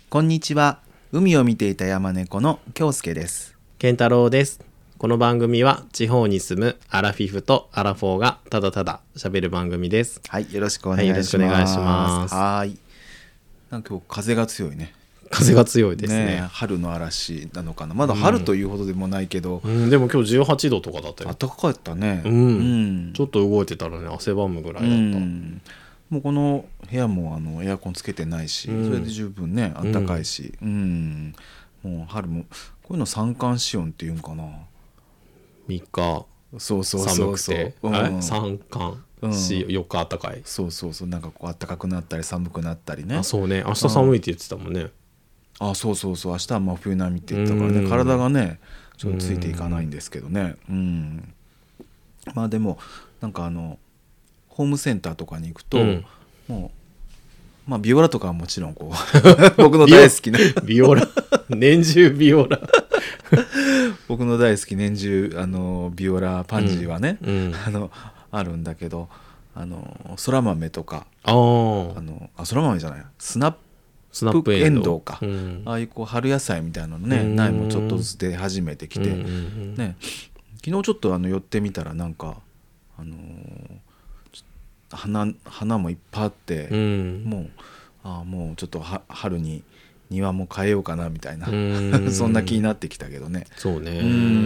こんにちは。海を見ていた山猫の京介です。 健太郎です。この番組は地方に住むアラフィフとアラフォーがただただ喋る番組です。 はい、よろしくお願いします。 はい、よろしくお願いします。 はい。なんか今日風が強いね。 風が強いですね。 春の嵐なのかな。まだ春というほどでもないけど、 でも今日18度とかだったよ。 暖かかったね。 ちょっと動いてたらね、汗ばむぐらいだった。 もうこの部屋もエアコンつけてないし、それで十分ね暖かいし、もう春もこういうの三寒四温っていうんかな。 3日そう寒くて、3寒4日暖かい。 そうなんかこう暖かくなったり寒くなったりね。 あ、そうね。明日寒いって言ってたもんね。 あ、そう明日は真冬並みって言ったからね、体がねちょっとついていかないんですけどね。まあでもなんかホームセンターとかに行くと、もうまあビオラとかはもちろんこう僕の大好きなビオラ年中ビオラ僕の大好き年中ビオラパンジーはね、あるんだけどそら豆とかそら豆じゃないスナップエンドウか、ああいうこう春野菜みたいなのね、苗もちょっとずつ出始めてきて、ね、昨日ちょっと寄ってみたらなんか花もいっぱいあって、もうちょっと春に庭も変えようかなみたいなそんな気になってきたけどね。 そうね。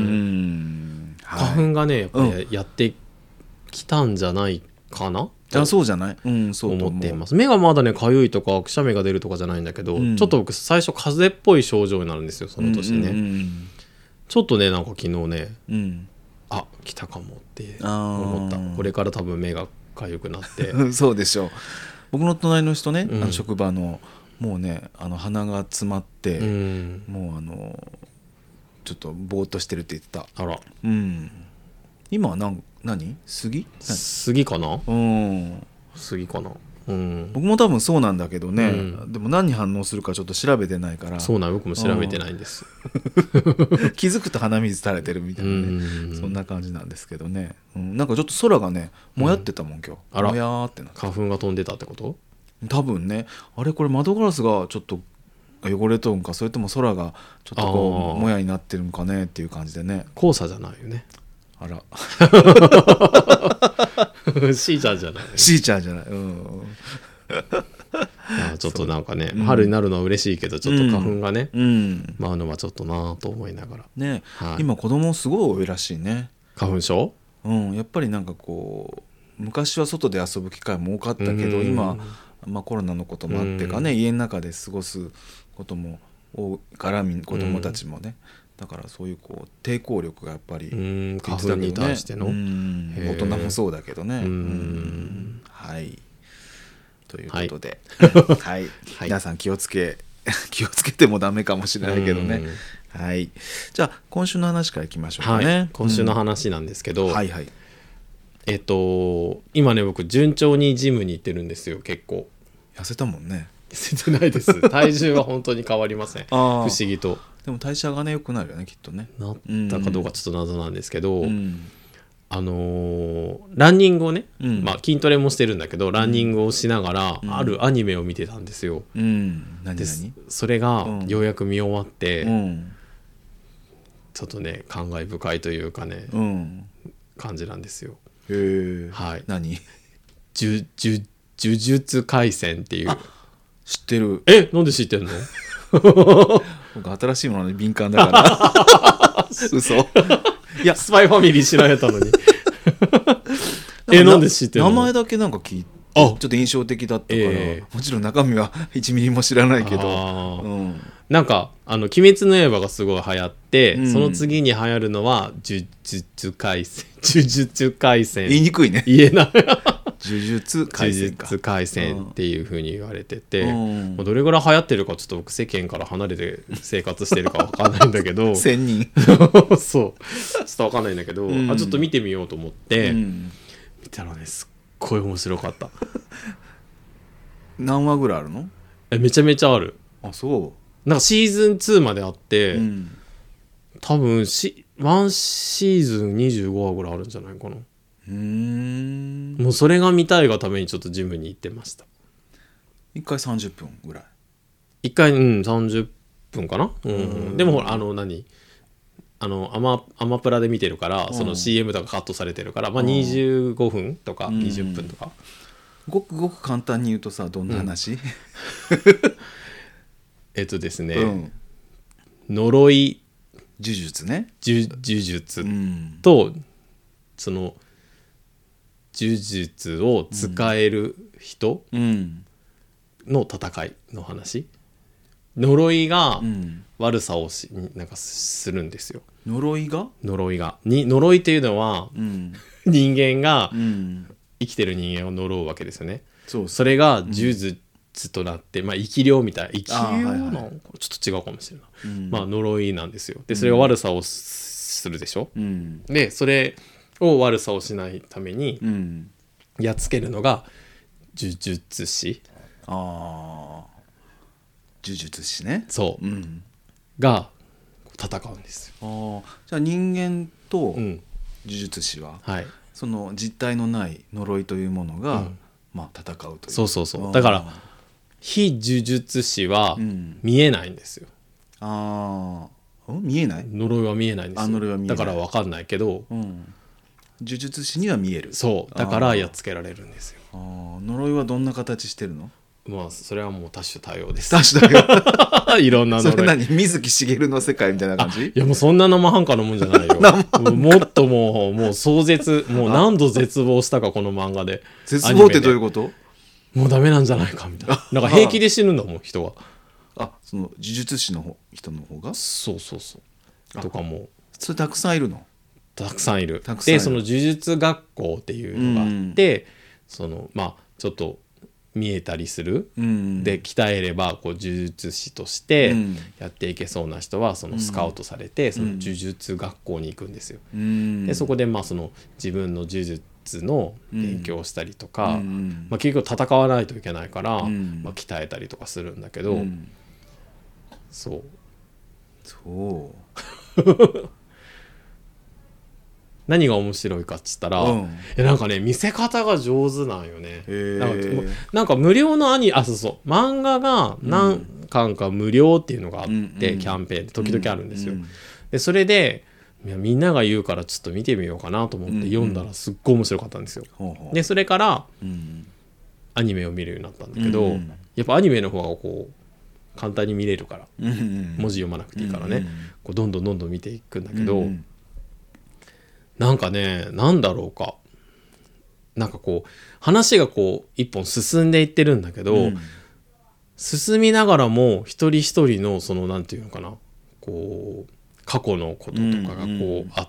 花粉がねやっぱりやってきたんじゃないかな、 そうじゃない、そうと思っています。目がまだねかゆいとかくしゃみが出るとかじゃないんだけど、ちょっと僕最初風邪っぽい症状になるんですよ、その年ね。ちょっとねなんか昨日ね、あ、来たかもって思った。これから多分目がかゆくなってそうでしょう。僕の隣の人ね、職場のもうね鼻が詰まって、もうちょっとぼーっとしてるって言ってた。 あら、 今は何杉かな、杉かな、 僕も多分そうなんだけどね、でも何に反応するかちょっと調べてないから。 そうなん、僕も調べてないんです気づくと鼻水垂れてるみたいなね、そんな感じなんですけどね、なんかちょっと空がねもやってたもん今日。 あら、 もやーってなって、 花粉が飛んでたってこと？ 多分ね。あれこれ窓ガラスがちょっと汚れとんか、それとも空がちょっとこうもやになってるんかねっていう感じでね。 黄砂じゃないよね。 あらシーちゃんじゃない、 シーちゃんじゃない、 ちょっとなんかね、春になるのは嬉しいけどちょっと花粉がね、舞うのはちょっとなと思いながらね、今子供すごい多いらしいね、 花粉症。 やっぱりなんかこう昔は外で遊ぶ機会も多かったけど、今、コロナのこともあってかね、家の中で過ごすことも多いから子供たちもね、だからそういうこう抵抗力がやっぱり花粉に対しての、 大人もそうだけどね。はい、ということで、皆さん気をつけてもダメかもしれないけどね。はい、じゃあ今週の話からいきましょうかね。 今週の話なんですけど、 はい今ね僕順調にジムに行ってるんですよ。結構痩せたもんね。 痩せてないです。体重は本当に変わりません不思議と。 でも代謝がね良くなるよね、きっとね。 なったかどうかちょっと謎なんですけど、ランニングをね、筋トレもしてるんだけどランニングをしながら、あるアニメを見てたんですよ。でそれがようやく見終わって、ちょっとね感慨深いというかね、感じなんですよ。 はい。何？ 呪術廻戦っていう。 知ってる。 なんで知ってんの？ 僕新しいものに敏感だから嘘。 いやスパイファミリー知られたのになんで知ってんの？ 名前だけなんか聞いてちょっと印象的だったから、もちろん中身は1ミリも知らないけど、 なんか鬼滅の刃がすごい流行って、その次に流行るのは呪術廻戦言いにくいね。 言えない呪術廻戦っていう風に言われてて、どれぐらい流行ってるかちょっと僕世間から離れて生活してるか分かんないんだけど 1000人そうちょっと分かんないんだけど、ちょっと見てみようと思って、見たらねすっごい面白かった何話ぐらいあるの？ めちゃめちゃある。 あ、そう。 なんかシーズン2まであって、多分1シーズン25話ぐらいあるんじゃないかな。もうそれが見たいがためにちょっとジムに行ってました。 1回30分ぐらい。 1回、30分かな、でもアマプラで見てるから、その CM とかカットされてるから、25分とか20分とか、 ごくごく簡単に言うとさ、どんな話？ ですね、呪い呪術ね、 呪術と、その呪術を使える人の戦いの話。呪いが悪さをなんかするんですよ。 呪いが呪いっていうのは、人間が生きてる人間を呪うわけですよね。それが呪術となって、生き量みたい、生き量のちょっと違うかもしれない、呪いなんですよ。でそれが悪さをするでしょ、でそれを悪さをしないためにやっつけるのが呪術師。 呪術師ね。 そう、が戦うんですよ。 じゃあ人間と呪術師は、その実体のない呪いというものが、戦うという。 そうだから非呪術師は見えないんですよ。 見えない？ 呪いは見えないんですよ。 呪いは見えない。 だから分かんないけど、 呪術師には見える。 そうだからやっつけられるんですよ。 呪いはどんな形してるの？ それはもう多種多様です。 多種多様。 いろんな呪い。 それ何？水木しげるの世界みたいな感じ？ いやもうそんな生半可なもんじゃないよ。もっともう壮絶、もう何度絶望したかこの漫画で。 絶望ってどういうこと？ もうダメなんじゃないかみたいな。なんか平気で死ぬんだもん人は。 その呪術師の人の方が？ そうとかも。 それたくさんいるの？ たくさんいる。でその呪術学校っていうのがあって、そのちょっと見えたりする、で鍛えればこう呪術師としてやっていけそうな人はそのスカウトされて、その呪術学校に行くんですよ。でそこでその自分の呪術の勉強をしたりとか、結局戦わないといけないから、鍛えたりとかするんだけど、そう何が面白いかっつったら、なんかね見せ方が上手なんよね。なんか無料の漫画が何巻か無料っていうのがあって、キャンペーンで時々あるんですよ。でそれでみんなが言うからちょっと見てみようかなと思って読んだらすっごい面白かったんですよ。でそれからアニメを見るようになったんだけど、やっぱアニメの方がこう簡単に見れるから、文字読まなくていいからね、こうどんどん見ていくんだけど、なんかね、なんだろうか、なんかこう話がこう一本進んでいってるんだけど、進みながらも一人一人のそのなんていうのかな、こう過去のこととかがこうあって、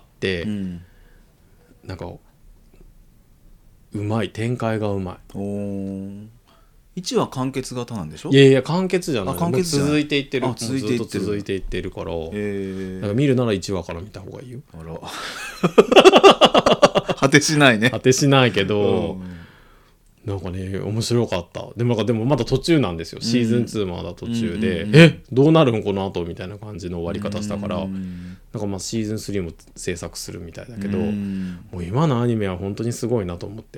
なんかうまい、展開がうまい。 1話完結型なんでしょ？ いや完結じゃない。続いていってる。ずっと続いていってるから、なんか見るなら1話から見た方がいいよ。 あら果てしないね。 果てしないけど、なんかね面白かった。でもまだ途中なんですよ。シーズン2まだ途中で、どうなるんこの後みたいな感じの終わり方したから、なんかシーズン3も制作するみたいだけど、もう今のアニメは本当にすごいなと思って。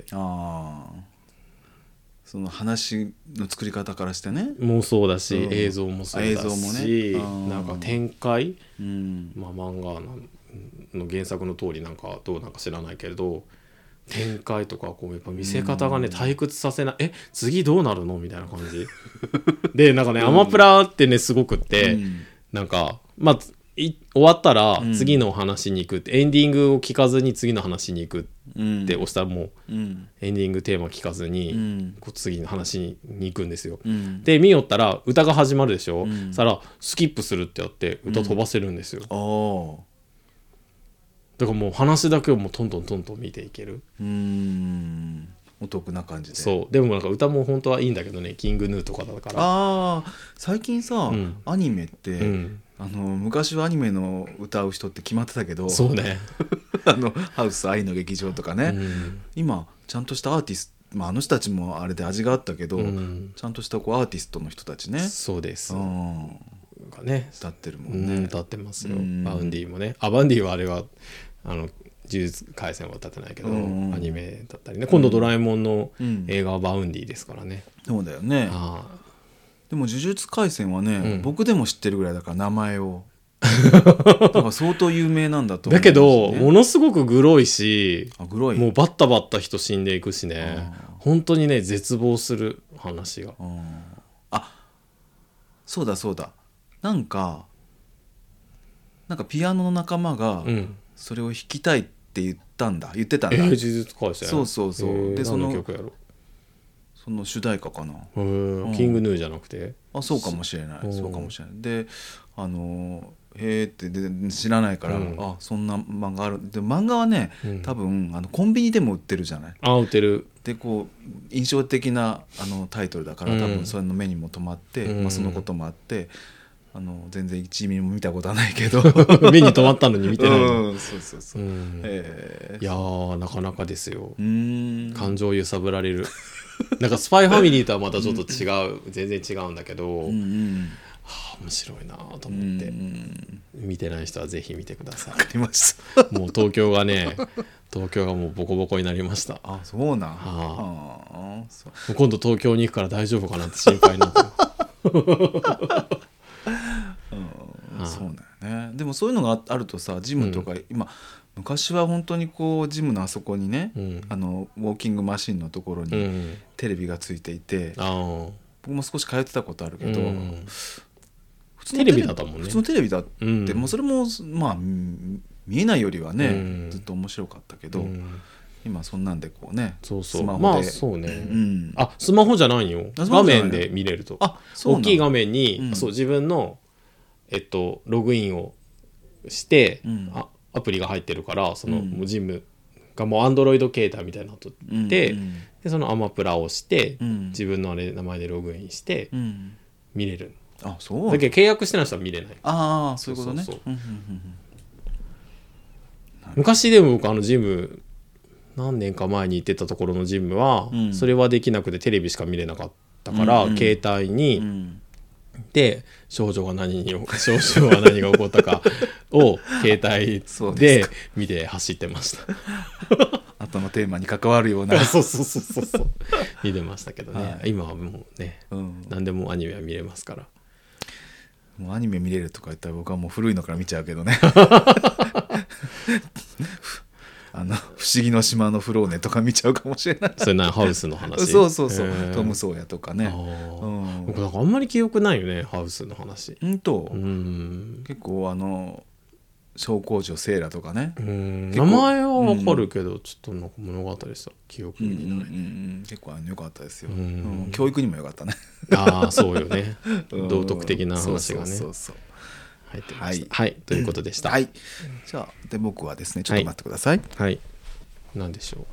その話の作り方からしてね、 もうそうだし、映像もそうだし、なんか展開、漫画の原作の通りなんかどうなんか知らないけれど、展開とかこうやっぱ見せ方がね退屈させない。次どうなるのみたいな感じで、なんかねアマプラってねすごくって、なんか終わったら次の話に行くって、エンディングを聞かずに次の話に行くって押したら、もうエンディングテーマ聞かずにこう次の話に行くんですよ。で見よったら歌が始まるでしょ。そしたらスキップするってやって歌飛ばせるんですよ。だからもう話だけをもうトントン見ていける。 お得な感じで。 そうでもなんか歌も本当はいいんだけどね、キングヌーとかだから。 最近さ、アニメって、昔はアニメの歌う人って決まってたけど、 そうねハウス愛の劇場とかね、今ちゃんとしたアーティスト、あの人たちもあれで味があったけど、ちゃんとしたこうアーティストの人たちね。 そうです、がね歌ってるもんね。 歌ってますよ。バウンディもね。バウンディはあれは呪術廻戦は歌ってないけど、アニメだったりね。今度ドラえもんの映画はバウンディですからね。 そうだよね。 でも呪術廻戦はね、僕でも知ってるぐらいだから名前をだから相当有名なんだと思う、 だけどものすごくグロいし、 グロい、 もうバッタバッタ人死んでいくしね、本当にね絶望する話が。 そうだそうだ、なんかピアノの仲間がそれを弾きたいって言ってたんだ。 呪術廻戦。 そうで何の曲やろ。 その主題歌かな。 キングヌーじゃなくて。 そうかもしれない。そうかもしれない。でへーってで知らないから、そんな漫画ある。で漫画はね、多分コンビニでも売ってるじゃない。 売ってる。 でこう印象的なタイトルだから、多分それの目にも留まって、そのこともあって全然1ミリも見たことはないけど目に留まったのに見てないの。 そう、 いやなかなかですよ。感情揺さぶられるなんかスパイファミリーとはまたちょっと違う全然違うんだけど、面白いなと思って、見てない人はぜひ見てください。 わかりました。 もう東京がもうボコボコになりました。 そうなん。 今度東京に行くから大丈夫かなって心配になってそうだよね。でもそういうのがあるとさ、ジムとか、今昔は本当にこうジムのあそこにね、ウォーキングマシンのところにテレビがついていて、僕も少し通ってたことあるけど、 テレビだったもんね。 普通のテレビだって、それもまあ見えないよりはね、ずっと面白かったけど、今そんなんでこうね、スマホで、 そうね、スマホじゃないよ、画面で見れると。大きい画面に、自分のログインをして、アプリが入ってるから、そのジムがもうアンドロイド携帯みたいなのとで、そのアマプラを押して、自分の名前でログインして見れる。 そうだけど契約してない人は見れない。 そういうことね。 昔でも僕ジム何年か前に行ってたところのジムは、それはできなくてテレビしか見れなかったから、携帯に、で症状が何が起こったかを携帯で見て走ってました後のテーマに関わるようなそう見てましたけどね、今はもうね、何でもアニメは見れますから。 もうアニメ見れるとか言ったら僕はもう古いのから見ちゃうけどね不思議の島のフローネとか見ちゃうかもしれない。 それハウスの話。 そうトム・ソーヤとかね。 僕なんかあんまり記憶ないよね、ハウスの話。 結構小公女セーラとかね。 名前はわかるけど、ちょっとなんか物語した記憶にない。 結構良かったですよ。教育にも良かったね。 そうよね。道徳的な話がね。入ってました。ということでした。 じゃあで僕はですね、ちょっと待ってください。 何でしょ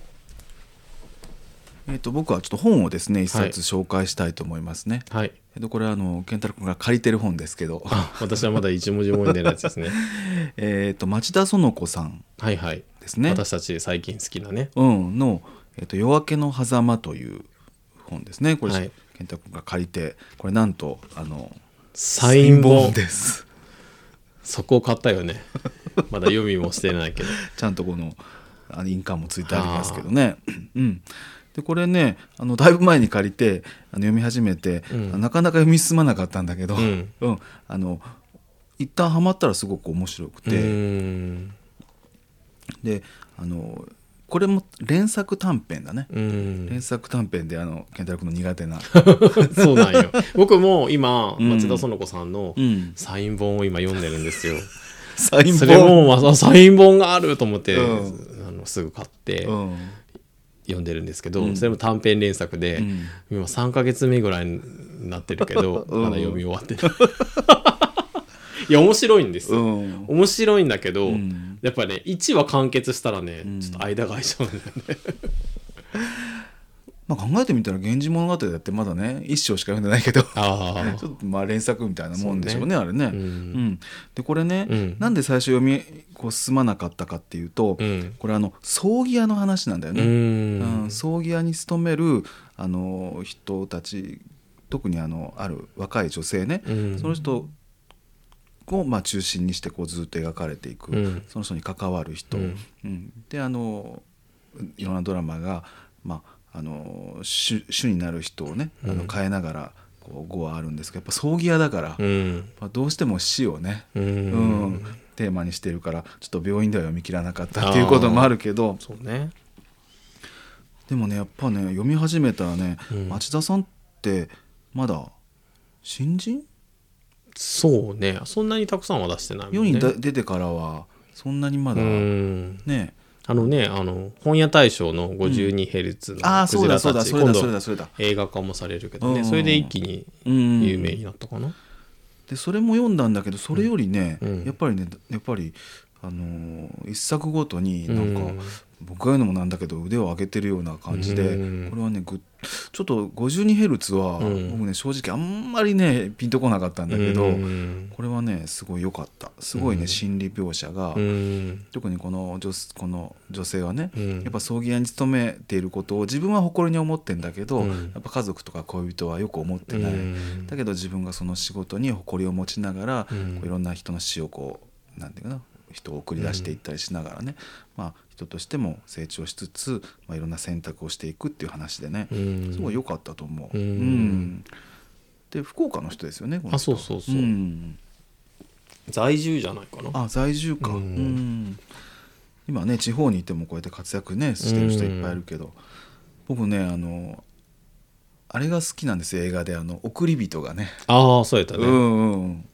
う。僕はちょっと本をですね一冊紹介したいと思いますね。これは健太郎君が借りてる本ですけど、 私はまだ一文字も読んでないやつですね。 町田園子さんですね。 私たち最近好きなね。 の夜明けの狭間という本ですね。これ健太郎君が借りて、これなんとサイン本です。 そこを買ったよね。まだ読みもしてないけどちゃんとこの印鑑もついてありますけどね。でこれねだいぶ前に借りて読み始めて、なかなか読み進まなかったんだけど、一旦ハマったらすごく面白くて、でこれも連作短編だね。連作短編で健太郎君の苦手なそうなんよ。僕も今町田園子さんのサイン本を今読んでるんですよ。 サイン本、 それもサイン本があると思って、すぐ買って読んでるんですけど、それも短編連作で、今3ヶ月目ぐらいになってるけど、まだ読み終わってないいや面白いんですよ、面白いんだけど、やっぱね1話完結したらね、ちょっと間が空いちゃうんだよね考えてみたら源氏物語だってまだね一章しか読んでないけどちょっと連作みたいなもんでしょうね、あれね。でこれね、なんで最初進まなかったかっていうと、これ葬儀屋の話なんだよね。葬儀屋に勤める人たち、特にある若い女性ね、その人を中心にしてずっと描かれていく、その人に関わる人、でいろんなドラマが主になる人をね、変えながらこう語はあるんですけど、やっぱ葬儀屋だから、どうしても死をね、テーマにしてるからちょっと病院では読み切らなかったっていうこともあるけど、 そうね、 でもねやっぱね読み始めたらね、町田さんってまだ新人？ そうね、そんなにたくさんは出してないもんね。 世に出てからはそんなにまだね、 本屋大賞の 52Hz のクジラたち、今度映画化もされるけどね、それで一気に有名になったかな。 でそれも読んだんだけど、それよりね、やっぱり一作ごとになんか、僕が言うのもなんだけど腕を上げてるような感じで、これはねちょっと 52Hz は僕ね正直あんまりねピンとこなかったんだけど、これはねすごい良かった。すごいね心理描写が、特にこの女性はね、やっぱ葬儀屋に勤めていることを自分は誇りに思ってんだけど、やっぱ家族とか恋人はよく思ってない、だけど自分がその仕事に誇りを持ちながら、こういろんな人の死をこうなんていうかな、人を送り出していったりしながらね、人としても成長しつつ、いろんな選択をしていくっていう話でね、すごい良かったと思う。で福岡の人ですよね、この人。 そう、在住じゃないかな。 在住か。今ね地方にいてもこうやって活躍ねしてる人いっぱいいるけど、僕ねあれが好きなんですよ、映画で送り人がね。 そうやったね。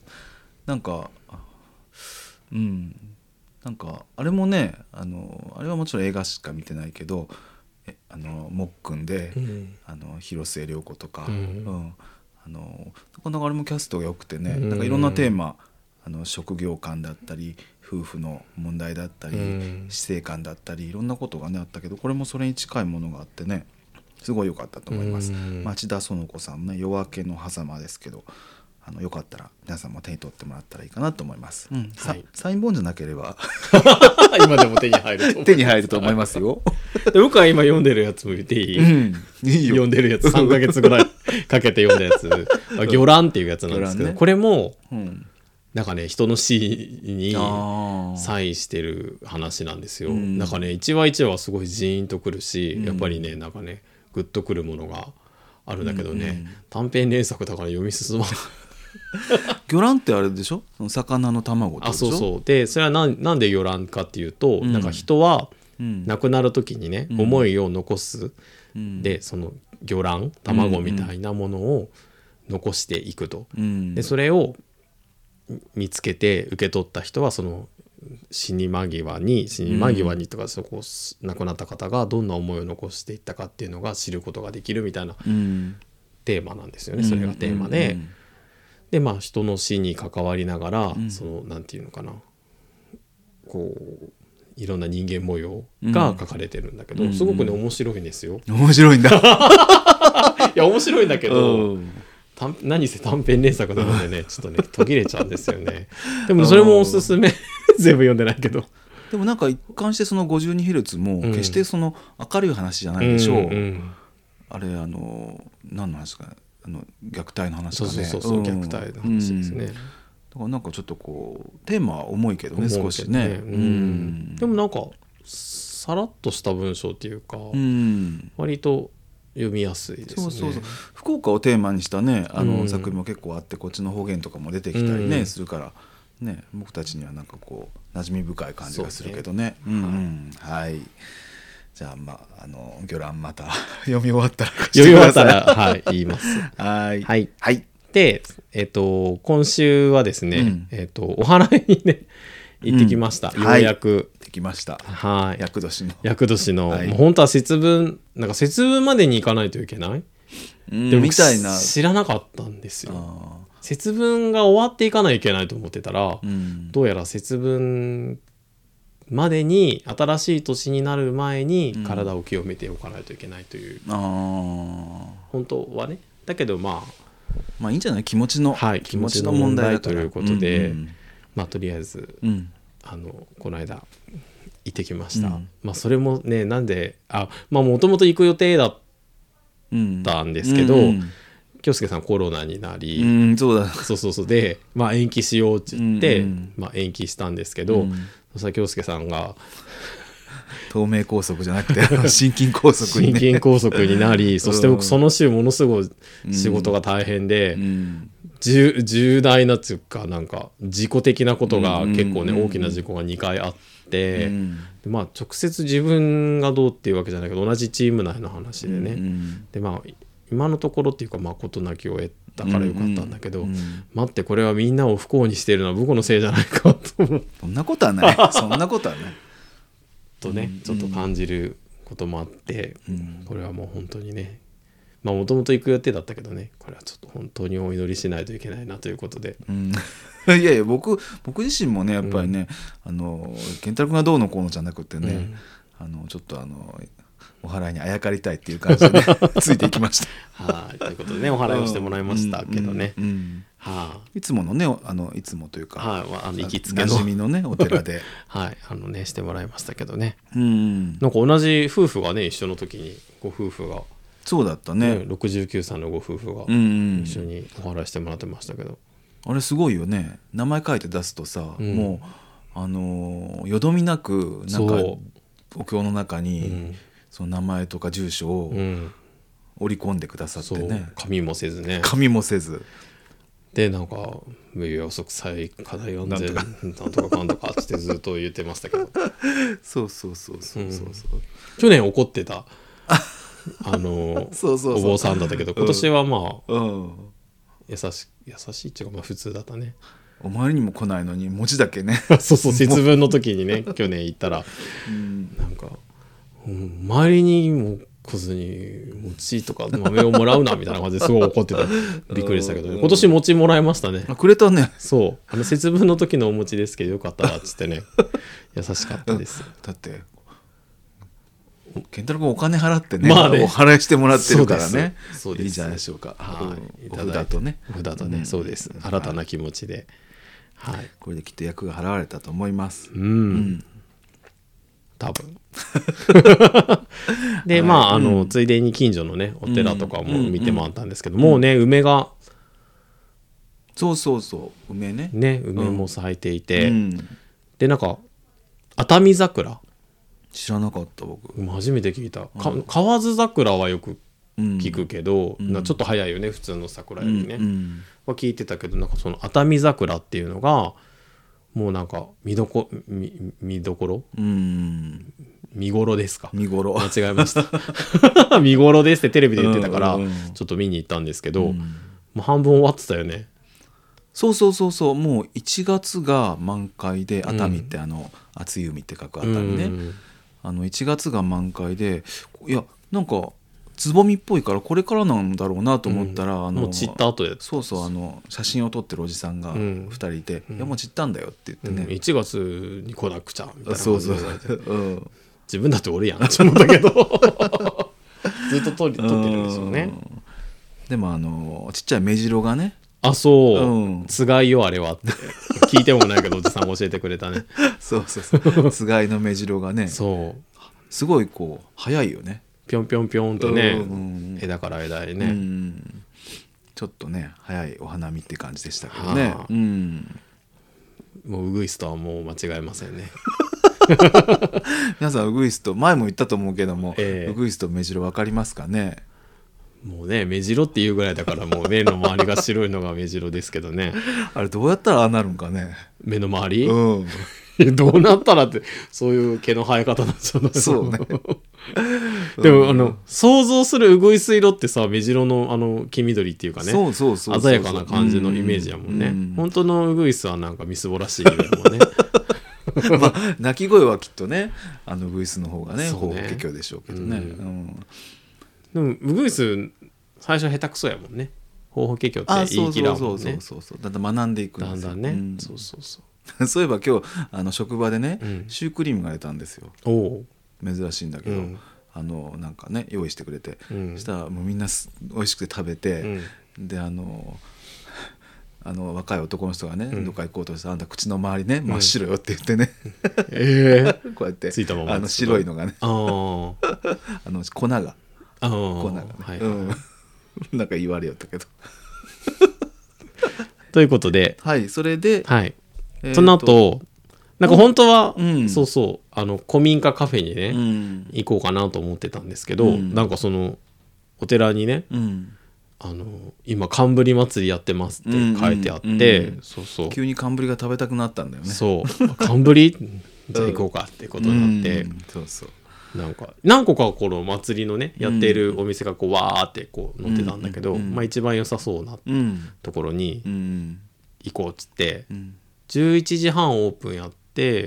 なんかあれもねあれはもちろん映画しか見てないけど、もっくんで、広末涼子とか、なかなかあれもキャストが良くてね、なんかいろんなテーマ、職業観だったり夫婦の問題だったり、死生観だったりいろんなことがねあったけど、これもそれに近いものがあってねすごい良かったと思います。町田園子さんね、夜明けの狭間ですけど、よかったら皆さんも手に取ってもらったらいいかなと思います。サイン本じゃなければ今でも手に入ると思いますよ。 僕は今読んでるやつも言っていい？いいよ。読んでるやつ3ヶ月ぐらいかけて読んだやつ魚卵っていうやつなんですけど、これも、なんかね人の死に際してる話なんですよ。なんかね一話一話すごいジーンとくるし、やっぱりねなんかねグッとくるものがあるんだけどね、短編連作だから読み進まない魚卵ってあれでしょ、その魚の卵ってことでしょ。 そうでそれはなんで魚卵かっていうと、なんか人は亡くなる時にね、思いを残す、でその魚卵卵みたいなものを残していくと、でそれを見つけて受け取った人はその死に間際にとか、そこ亡くなった方がどんな思いを残していったかっていうのが知ることができるみたいなテーマなんですよね。それがテーマで、で人の死に関わりながら、そのなんていうのかな、こういろんな人間模様が書かれてるんだけど、すごくね面白いんですよ。 面白いんだいや面白いんだけど、何せ短編連作なのでねちょっとね途切れちゃうんですよね。でもそれもおすすめ全部読んでないけど、 でもなんか一貫してその 52Hz も決してその明るい話じゃないでしょう。あれ何の話か、虐待の話かね。 そう虐待の話ですね。 だからなんかちょっとこうテーマは重いけどね、少しね。 でもなんかさらっとした文章っていうか、割と読みやすいですね。 そう福岡をテーマにしたね作品も結構あって、こっちの方言とかも出てきたりね、するからね、僕たちにはなんかこう馴染み深い感じがするけどね。はい、じゃあ魚卵また読み終わったら言います。 はい。 で今週はですね、お祓いにね行ってきました。ようやくできました。厄年の、もう本当は節分までに行かないといけない。でも知らなかったんですよ。節分が終わっていかないといけないと思ってたら、どうやら節分までに新しい年になる前に体を清めておかないといけないという、本当はね。だけどいいんじゃない、気持ちの問題ということで、とりあえず、この間行ってきました。それもねなんでもともと行く予定だったんですけど、京介さんコロナになり、そうで延期しようって言って、延期したんですけど、そしたら京介さんが東名高速じゃなくて心筋梗塞に、 ね、心筋梗塞になり、そして僕その週ものすごい仕事が大変で、重大なっていうかなんか事故的なことが結構ね、大きな事故が2回あって、まあ直接自分がどうっていうわけじゃないけど同じチーム内の話でね、でまあ今のところっていうかまあ事なきを得たからよかったんだけど、待ってこれはみんなを不幸にしているのは僕のせいじゃないかと思って、 そんなことはないそんなことはないとね、ちょっと感じることもあって、これはもう本当にね、まあもともと行く予定だったけどね、これはちょっと本当にお祈りしないといけないなということで、 いやいや僕自身もねやっぱりね、健太郎君がどうのこうのじゃなくてね、ちょっとお祓いにあやかりたいっていう感じで、ね、ついていきましたはい、ということでねお祓いをしてもらいましたけどね、 いつものねいつもというか、 行きつけの馴染みのねお寺ではいねしてもらいましたけどね、なんか同じ夫婦がね一緒の時にご夫婦がそうだったね、 69歳のご夫婦が一緒にお祓いしてもらってましたけど、 あれすごいよね、名前書いて出すとさ、もうよどみなくなんかお経の中に、その名前とか住所を織り込んでくださってね、 紙もせずね、 紙もせずでなんか無病息災課題4でなんとかかんとかってずっと言ってましたけどそう去年怒ってたお坊さんだったけど、今年はまあ、優しいっていうかまあ普通だったね。 お前にも来ないのに餅だけねそう節分の時にね去年行ったら、なんか周りにも来ずに餅とか豆をもらうなみたいな感じですごい怒ってたびっくりしたけど、今年餅もらいましたね。 くれたね。 そう節分の時のお餅ですけどよかったらっつってね優しかったです。 だって健太郎君お金払ってね、お祓いしてもらってるからね、いいじゃないでしょうか。お札とね、 そうです、新たな気持ちで、 これできっと役が払われたと思います。 多分でまあついでに近所のねお寺とかも見て回ったんですけど、もうね梅がそう梅ね梅も咲いていて、でなんか熱海桜知らなかった僕初めて聞いた。河津桜はよく聞くけど、ちょっと早いよね普通の桜よりね、は聞いてたけど、なんかその熱海桜っていうのがもうなんか見どころ見頃ですか。 見頃間違えました見頃ですってテレビで言ってたからちょっと見に行ったんですけど、もう半分終わってたよね。 そうもう1月が満開で、熱海って熱い海って書く熱海ね、1月が満開で、いやなんかつぼみっぽいからこれからなんだろうなと思ったら、 もう散った後でそう写真を撮ってるおじさんが2人いて、いやもう散ったんだよって言ってね、 1月に来なくちゃみたいなそう自分だって俺やんって思ったけどずっと撮ってるんですよね。 でもちっちゃい目白がね、 つがいよあれはって聞いてもないけどおじさん教えてくれたねそうつがいの目白がね、すごいこう早いよね、 ぴょんぴょんぴょんとね、枝から枝へね、 ちょっとね早いお花見って感じでしたけどね、 もうウグイスとはもう間違えませんね皆さんウグイスと前も言ったと思うけども、ウグイスと目白分かりますかね。 もうね目白っていうぐらいだからもう目の周りが白いのが目白ですけどねあれどうやったらああなるんかね、 目の周り、どうなったらってそういう毛の生え方なんじゃないの。 そうねでも想像するウグイス色ってさ目白の黄緑っていうかね、鮮やかな感じのイメージやもんね。本当のウグイスはなんかみすぼらしい色やもんねまあ鳴き声はきっとねウグイスの方がね方法華経でしょうけどね、 でもウグイス最初下手くそやもんね。方法華経って言い切らんもんね。 だんだん学んでいくんですよ。 だんだんね、 そういえば今日職場でね、シュークリームが出たんですよ。珍しいんだけど、なんかね用意してくれて、そしたらもうみんな美味しくて食べて、で若い男の人がね、どっか行こうとして、あんた口の周りね真っ白よって言ってね、こうやってついたまま白いのがね粉がね、なんか言われよったけどということで、 それで、 その後なんか本当は、そうそう古民家カフェにね、行こうかなと思ってたんですけど、なんかそのお寺にね、今寒ぶり祭りやってますって書いてあって、そうそう急に寒ぶりが食べたくなったんだよね。 そう寒ぶりじゃあ行こうかってことになって、 そうそうなんか何個かこの祭りのねやっているお店がこうわーってこう載ってたんだけど、まあ一番良さそうなところに行こうっつって、11時半オープンやって、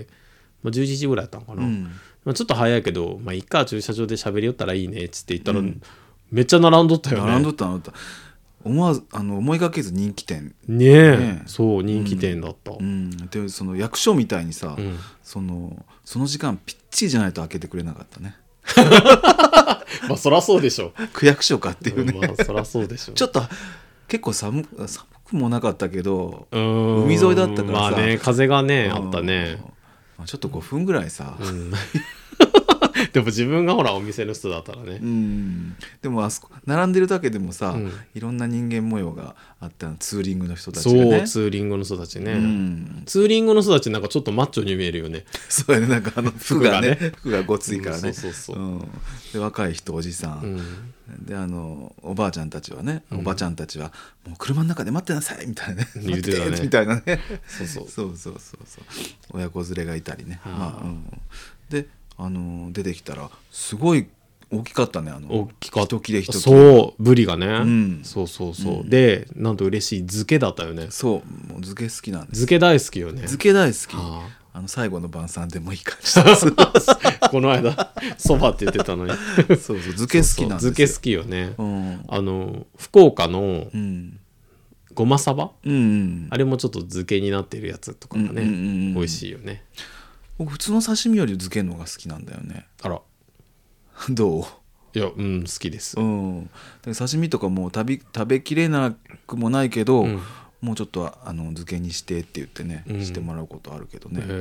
まあ、11時ぐらいやったのかな、まあ、ちょっと早いけど、まあ、いっか駐車場で喋りよったらいいねっつって言ったら、めっちゃ並んどったよね。 並んどった思わず思いがけず人気店ねえ、そう人気店だった、 でその役所みたいにさ、その時間ぴっちりじゃないと開けてくれなかったね。 まあそらそうでしょ。 区役所かっていうね、 まあそらそうでしょ。 ちょっと結構寒くもなかったけど海沿いだったからさ、 まあね風がねあったね、 ちょっと5分ぐらいさ、 でも自分がほらお店の人だったらね、 でもあそこ並んでるだけでもさ、いろんな人間模様があったの。ツーリングの人たちがね。 そうツーリングの人たちね、ツーリングの人たちなんかちょっとマッチョに見えるよね。 そうやね、なんか服がね服がごついからね、 そうで若い人おじさん、でおばあちゃんたちはね、おばちゃんたちはもう車の中で待ってなさいみたいなね、 言ってたねみたいなね、 そう親子連れがいたりね、で出てきたらすごい大きかったね。 大きかった一切れ一切れ、 そうブリがね、そうでなんと嬉しい漬けだったよね。 そうもう漬け好きなんです。 漬け大好きよね。 漬け大好き。最後の晩餐でもいい感じです。 この間そばって言ってたのにそう漬け好きなんですよ。 漬け好きよね、福岡のごまさば、あれもちょっと漬けになってるやつとかがね、美味しいよね。 僕普通の刺身より漬けるのが好きなんだよね。 あらどう？ いや好きです。 で刺身とかも食べきれなくもないけど、もうちょっと漬けにしてって言ってね、してもらうことあるけどね。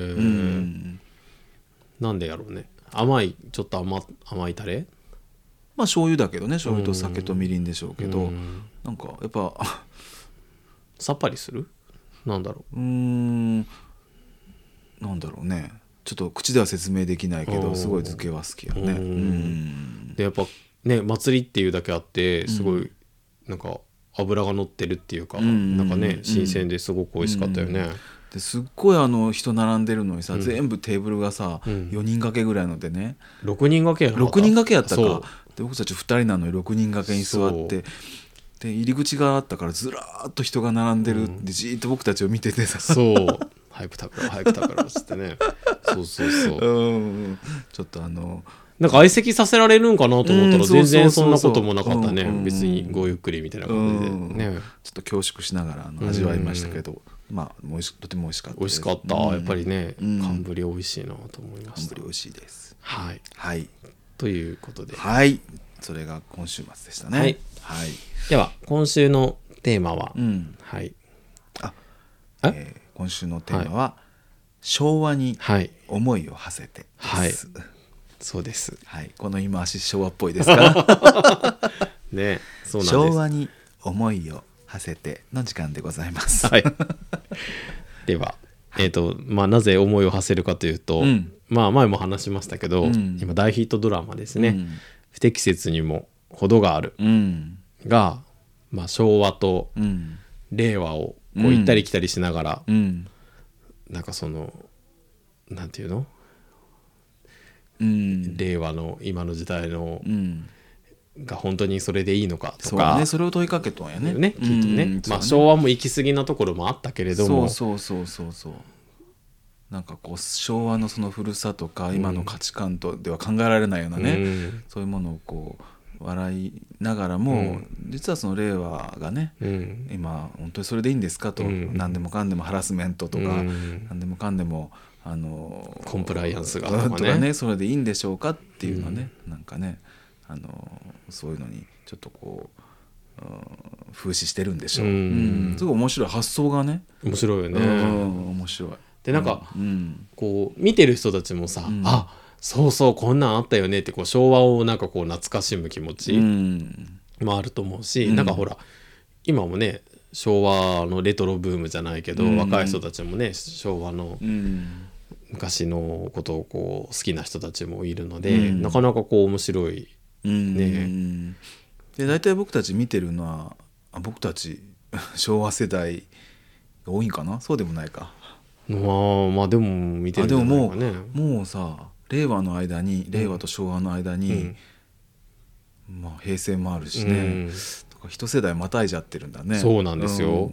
なんでやろうね。ちょっと甘いタレ？ まあ醤油だけどね、醤油と酒とみりんでしょうけど、なんかやっぱさっぱりする？なんだろう。 なんだろうね。ちょっと口では説明できないけど、すごい漬けは好きよね。 でやっぱね祭りっていうだけあってすごいなんか脂が乗ってるっていうか、なんかね新鮮ですごく美味しかったよね。 ですっごい人並んでるのにさ、全部テーブルがさ、4人掛けぐらいのでね、 6人掛けやった 6人掛けやったか。で僕たち2人なのに6人掛けに座って、で入り口があったからずらーっと人が並んでるで、じーっと僕たちを見ててさ、 そう早く食べろ早く食べろっつってねそうちょっとなんか相席させられるんかなと思ったら全然そんなこともなかったね。別にごゆっくりみたいな感じでね、 ちょっと恐縮しながら味わいましたけど、まあとても美味しかったです。 美味しかった、やっぱりね寒ぶり美味しいなと思いました。 寒ぶり美味しいです。 はいということで、 それが今週末でしたね。 では今週のテーマは、 今週のテーマは、昭和に思いを馳せてです。 そうです。 この言い回し昭和っぽいですか？ ね、そうなんです。 昭和に思いを馳せての時間でございます。 では、なぜ思いを馳せるかというと、前も話しましたけど、今大ヒットドラマですね。不適切にも程があるが、昭和と令和をこう行ったり来たりしながら、なんかそのなんていうの、令和の今の時代の、が本当にそれでいいのかとか、 それを問いかけとんやね。 きっとね。昭和も行き過ぎなところもあったけれども、 そうなんかこう昭和のその古さとか今の価値観とでは考えられないようなね、そういうものをこう笑いながらも、実はその令和がね、今本当にそれでいいんですかと、何でもかんでもハラスメントとか、何でもかんでもコンプライアンスがとかね、 それでいいんでしょうかっていうのはね、なんかねそういうのにちょっとこう風刺してるんでしょう。すごい面白い発想がね。 面白いよね。 面白い。 でなんか、こう見てる人たちもさ、そうこんなんあったよねってこう昭和をなんかこう懐かしむ気持ちもあると思うし、なんかほら今もね昭和のレトロブームじゃないけど、若い人たちもね昭和の、 昔のことをこう好きな人たちもいるので、なかなかこう面白いね。 で大体僕たち見てるのは僕たち昭和世代が多いんかな。そうでもないか。 まあでも見てるんじゃないかね。 でももうさ令和の間に、令和と昭和の間に、まあ、平成もあるしね、一世代またいじゃってるんだね。 そうなんですよ、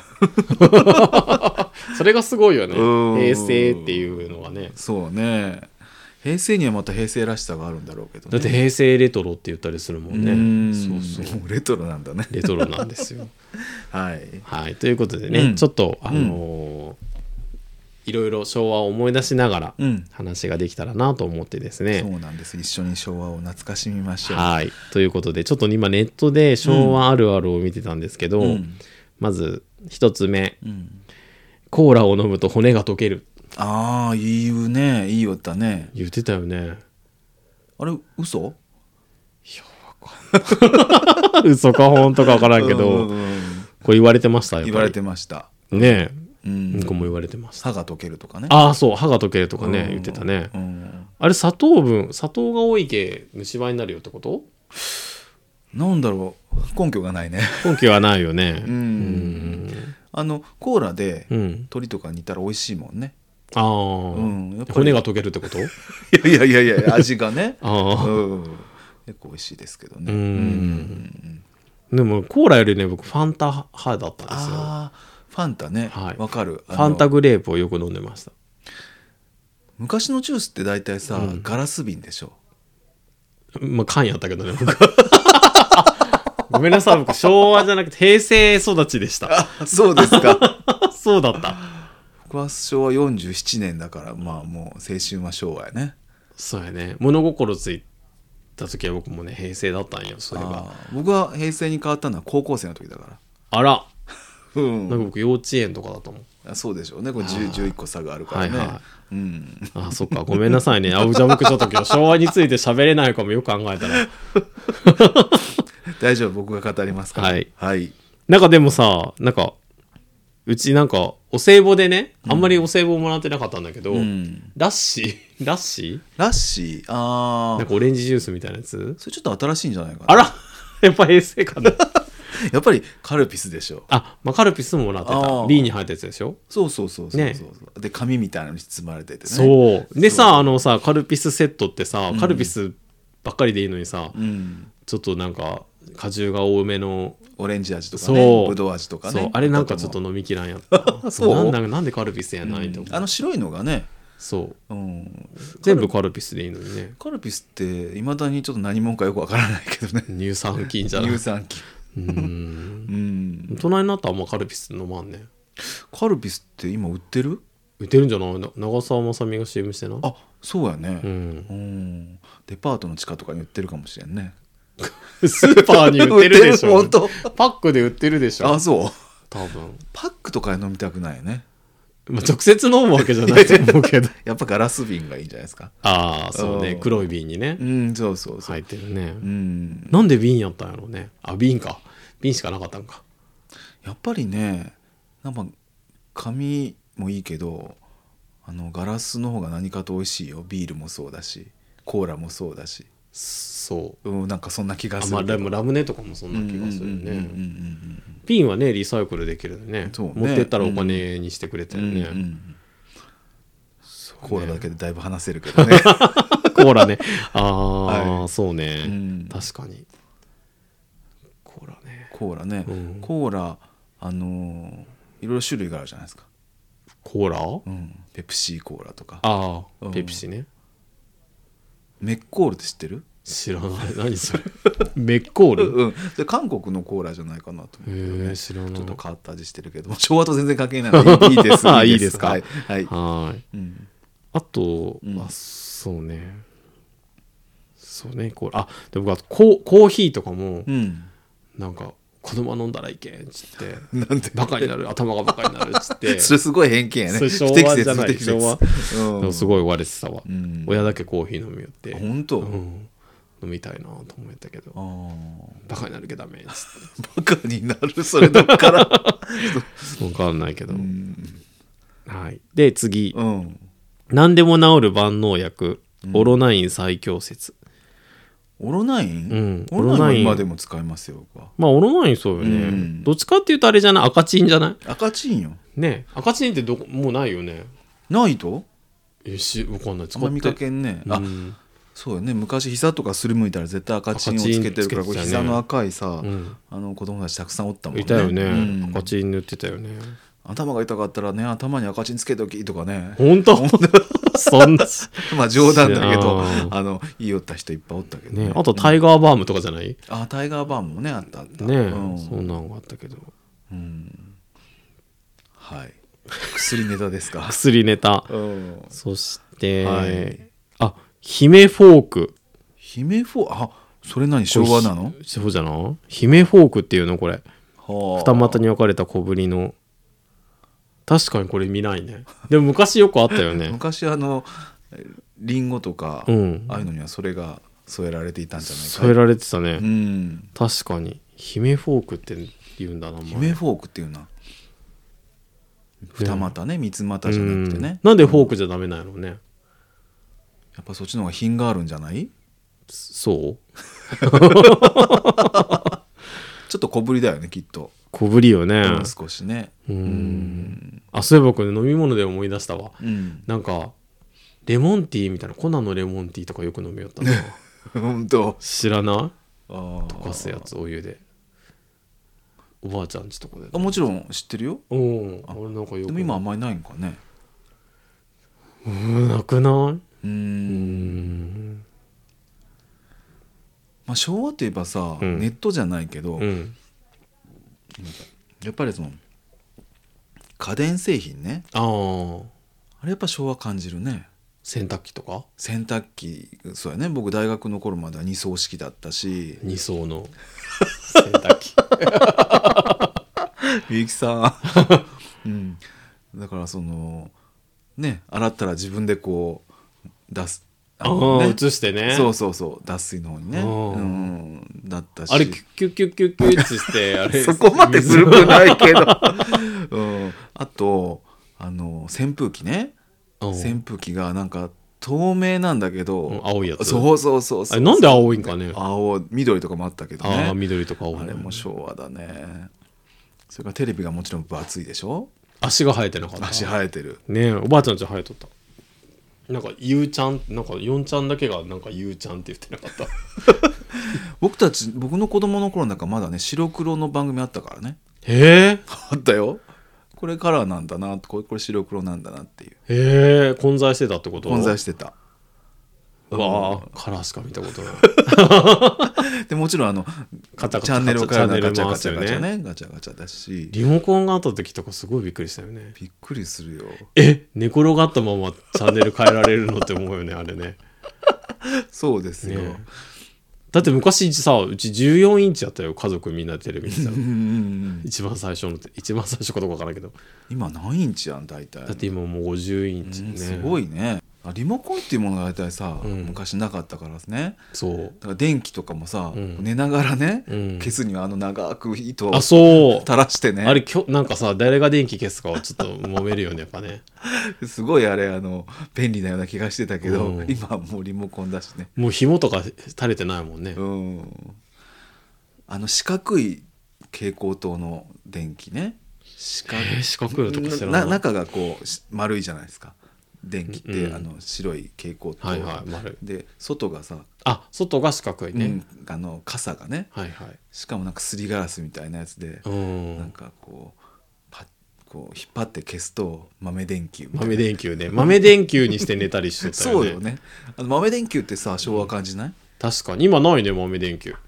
それがすごいよね、平成っていうのはね。 そうね、平成にはまた平成らしさがあるんだろうけどね。 だって平成レトロって言ったりするもんね。 そうそう、レトロなんだね。 レトロなんですよはい、 はい、ということでね、ちょっといろいろ昭和を思い出しながら話ができたらなと思ってですね、 そうなんです。一緒に昭和を懐かしみましょう。 はい、ということでちょっと今ネットで昭和あるあるを見てたんですけど、まず一つ目、コーラを飲むと骨が溶ける。 ああ、言うね、いいよったね。 言ってたよね。 あれ嘘？ いやわかん嘘か本当か分からんけど、これ言われてました。やっぱり言われてましたね。僕も言われてました。 歯が溶けるとかね。 ああ、そう、歯が溶けるとかね、言ってたね。あれ砂糖が多いけ虫歯になるよってこと？ なんだろう、根拠がないね。 根拠はないよね。 コーラで鶏とか煮たら美味しいもんね。 ああ、骨が溶けるってこと？ いや味がね。結構美味しいですけどね。 でもコーラよりね、僕ファンタ派だったんですよ。 ファンタね、わかる。 ファンタグレープをよく飲んでました。 昔のジュースって大体さ、ガラス瓶でしょ。 まあ缶やったけどね、僕ごめんなさい、僕昭和じゃなくて平成育ちでした。 そうですか。 そうだった。 僕は昭和47年だから、まあもう青春は昭和やね。 そうやね。物心ついた時は僕もね平成だったんよ。それが僕は平成に変わったのは高校生の時だから。 あら、なんか僕幼稚園とかだと思う。 そうでしょうね。これ11個差があるからね。 あ、そっか、ごめんなさいね。じゃあ僕ちょっと今日昭和について喋れないかも。よく考えたら大丈夫、僕が語りますから。はい。 なんかでもさ、なんかうちなんかお歳暮でね、あんまりお歳暮もらってなかったんだけど、ラッシー、なんかオレンジジュースみたいなやつ。 それちょっと新しいんじゃないかな。 あら、やっぱ平成かなやっぱりカルピスでしょ。 まあカルピスももらってた。瓶に入ったやつでしょ。 そう、ね、で紙みたいなのに包まれててね。 そうでさ、カルピスセットってさ、カルピスばっかりでいいのにさ、ちょっとなんか果汁が多めのオレンジ味とかね、ぶどう味とかね。 あれなんかちょっと飲みきらんやった。そうなんでカルピスやないと思う。 白いのがね。 そう、全部カルピスでいいのにね。 カルピスっていまだにちょっと何者かよくわからないけどね。 乳酸菌じゃない。 乳酸菌。 大人になったらあんまカルピス飲まんね。 カルピスって今売ってるんじゃない？長澤まさみが CM してな。 あ、そうやね。デパートの地下とかに売ってるかもしれんね。 スーパーに売ってるでしょ。パックで売ってるでしょ。 あ、そう。 多分パックとかで飲みたくないよね。 直接飲むわけじゃないと思うけどやっぱガラス瓶がいいんじゃないですか。 そうね、黒い瓶にね。 そう入ってるね。なんで瓶やったんやろうね。瓶しかなかったんか。 やっぱりね、なんか紙もいいけどガラスの方が何かと美味しいよ。ビールもそうだしコーラもそうだし。 そう、 なんかそんな気がする。 でもラムネとかもそんな気がするね。瓶はねリサイクルできるね。持ってったらお金にしてくれたよね。 コーラだけでだいぶ話せるけどねコーラね。そうね、確かにコーラね、コーラいろいろ種類があるじゃないですか。 コーラ、 ペプシーコーラとか。 ペプシね。 メッコールって知ってる？ 知らない。何それメッコール？ それ韓国のコーラじゃないかなと思って、 知らない。 ちょっと変わった味してるけど昭和と全然関係ないのでいいです。 いいですか。はい。あとそうねコーラ。で僕はコーヒーとかもなんか子供飲んだらいけんっつってなんでバカになる、頭がバカになるっつってそれすごい偏見やね。 それ昭和じゃない。昭和でもすごい言われてたわ。親だけコーヒー飲みよって。 本当？ 飲みたいなと思ったけど、バカになるけダメっつって。 バカになる、それどっから分かんないけど。はい。で次、 何でも治る万能薬、オロナイン最強説。 オロナイン、 うん、 オロナインは今でも使いますよ。 まあオロナインそうよね、うん、どっちかっていうとあれじゃない、赤チンじゃない？ 赤チンよね。赤チンってもうないよね。 ないとわかんない。 あんま見かけんね、うん、そうよね。昔膝とかすりむいたら絶対赤チンをつけてるから、これ膝の赤いさ、うん、子供たちたくさんおったもんね。 いたよね、うん、赤チン塗ってたよね。 頭が痛かったらね、頭に赤チンつけときとかね。 本当そんなまあ冗談だけど言いよった人いっぱいおったけどね。あとタイガーバームとかじゃない？ タイガーバームもね、あったね、うん、そんなのがあったけど、 うん、はい。薬ネタですか？ 薬ネタ、うん、そして、はい、姫フォーク。 姫フォーク、それ何、昭和なの？ そうじゃな。姫フォークっていうのこれ。二股に分かれた小ぶりの。確かにこれ見ないね。でも昔よくあったよね。 昔リンゴとか、うん、ああいうのにはそれが添えられていたんじゃないか。 添えられてたね、うん、確かに。姫フォークって言うんだな。 姫フォークっていうな。二股ね、三つ股じゃなくてね。 なんでフォークじゃダメなのね。 やっぱそっちの方が品があるんじゃない？ そうちょっと小ぶりだよね、きっと。 小ぶりよね、 うん、少しね。 そういえば僕飲み物で思い出したわ、なんかレモンティーみたいな、粉のレモンティーとかよく飲みよったな。 本当？ 知らない？溶かすやつ、お湯で。おばあちゃんちとかで。 もちろん知ってるよ。 俺なんかよく。 でも今あんまりないんかね。 なくない？ まあ、昭和といえばさ、ネットじゃないけど、やっぱりその家電製品ね。あれやっぱ昭和感じるね。 洗濯機とか？ 洗濯機、そうやね。僕大学の頃までは2層式だったし。 2層の洗濯機。 みゆきさん、うん、だからそのね、洗ったら自分でこう出す、 ね、移してね。 そう脱水の方にね、だったし、 あれキュッキュッキュッキュッキュッってしてあれそこまで古くないけど、あと扇風機ね。扇風機がなんか透明なんだけど、 青いやつ。 そうあれなんで青いんかね。 緑とかもあったけどね。 緑とか青い、 あれも昭和だね。それからテレビがもちろん分厚いでしょ。 足が生えてなかった。 足生えてるねえ。おばあちゃんち生えとった。なんかゆうちゃん、なんか4ちゃんだけがなんかゆうちゃんって言ってなかった。 僕の子供の頃なんかまだね、白黒の番組あったからね。 へえ。 あったよ。これカラーなんだな、これ白黒なんだなっていう。 へえ。混在してたってこと？ 混在してた。 わあ、カラーしか見たことない。 でもちろんチャンネルを変えるのガチャガチャガチャね、ガチャガチャだし、 リモコンがあった時とかすごいびっくりしたよね。 びっくりするよ。 寝転がったままチャンネル変えられるのって思うよね、あれね。 そうですよ、 ね。だって昔さ、うち14インチやったよ、家族みんなテレビにさ。一番最初かどうかわからんけど。 今何インチやん大体。 だって今もう50インチね。 すごいね。リモコンっていうものが大体さ、昔なかったからね。 そうだから電気とかもさ、寝ながらね、消すには長く糸を垂らしてね。 あれなんかさ、誰が電気消すかはちょっと揉めるよね、やっぱね。 すごいあれ便利なような気がしてたけど、今はもうリモコンだしね。 もう紐とか垂れてないもんね。 四角い蛍光灯の電気ね。 四角いとか知らない。 中がこう丸いじゃないですか。電気って、白い蛍光灯、で外がさ、 外が四角いね、 傘がね、しかもなんかすりガラスみたいなやつで、なんかこう引っ張って消すと豆電球みたいな。 豆電球ね。豆電球にして寝たりしてたよね。 そうよね。豆電球ってさ、昭和感じない？ 確かに今ないね、豆電球。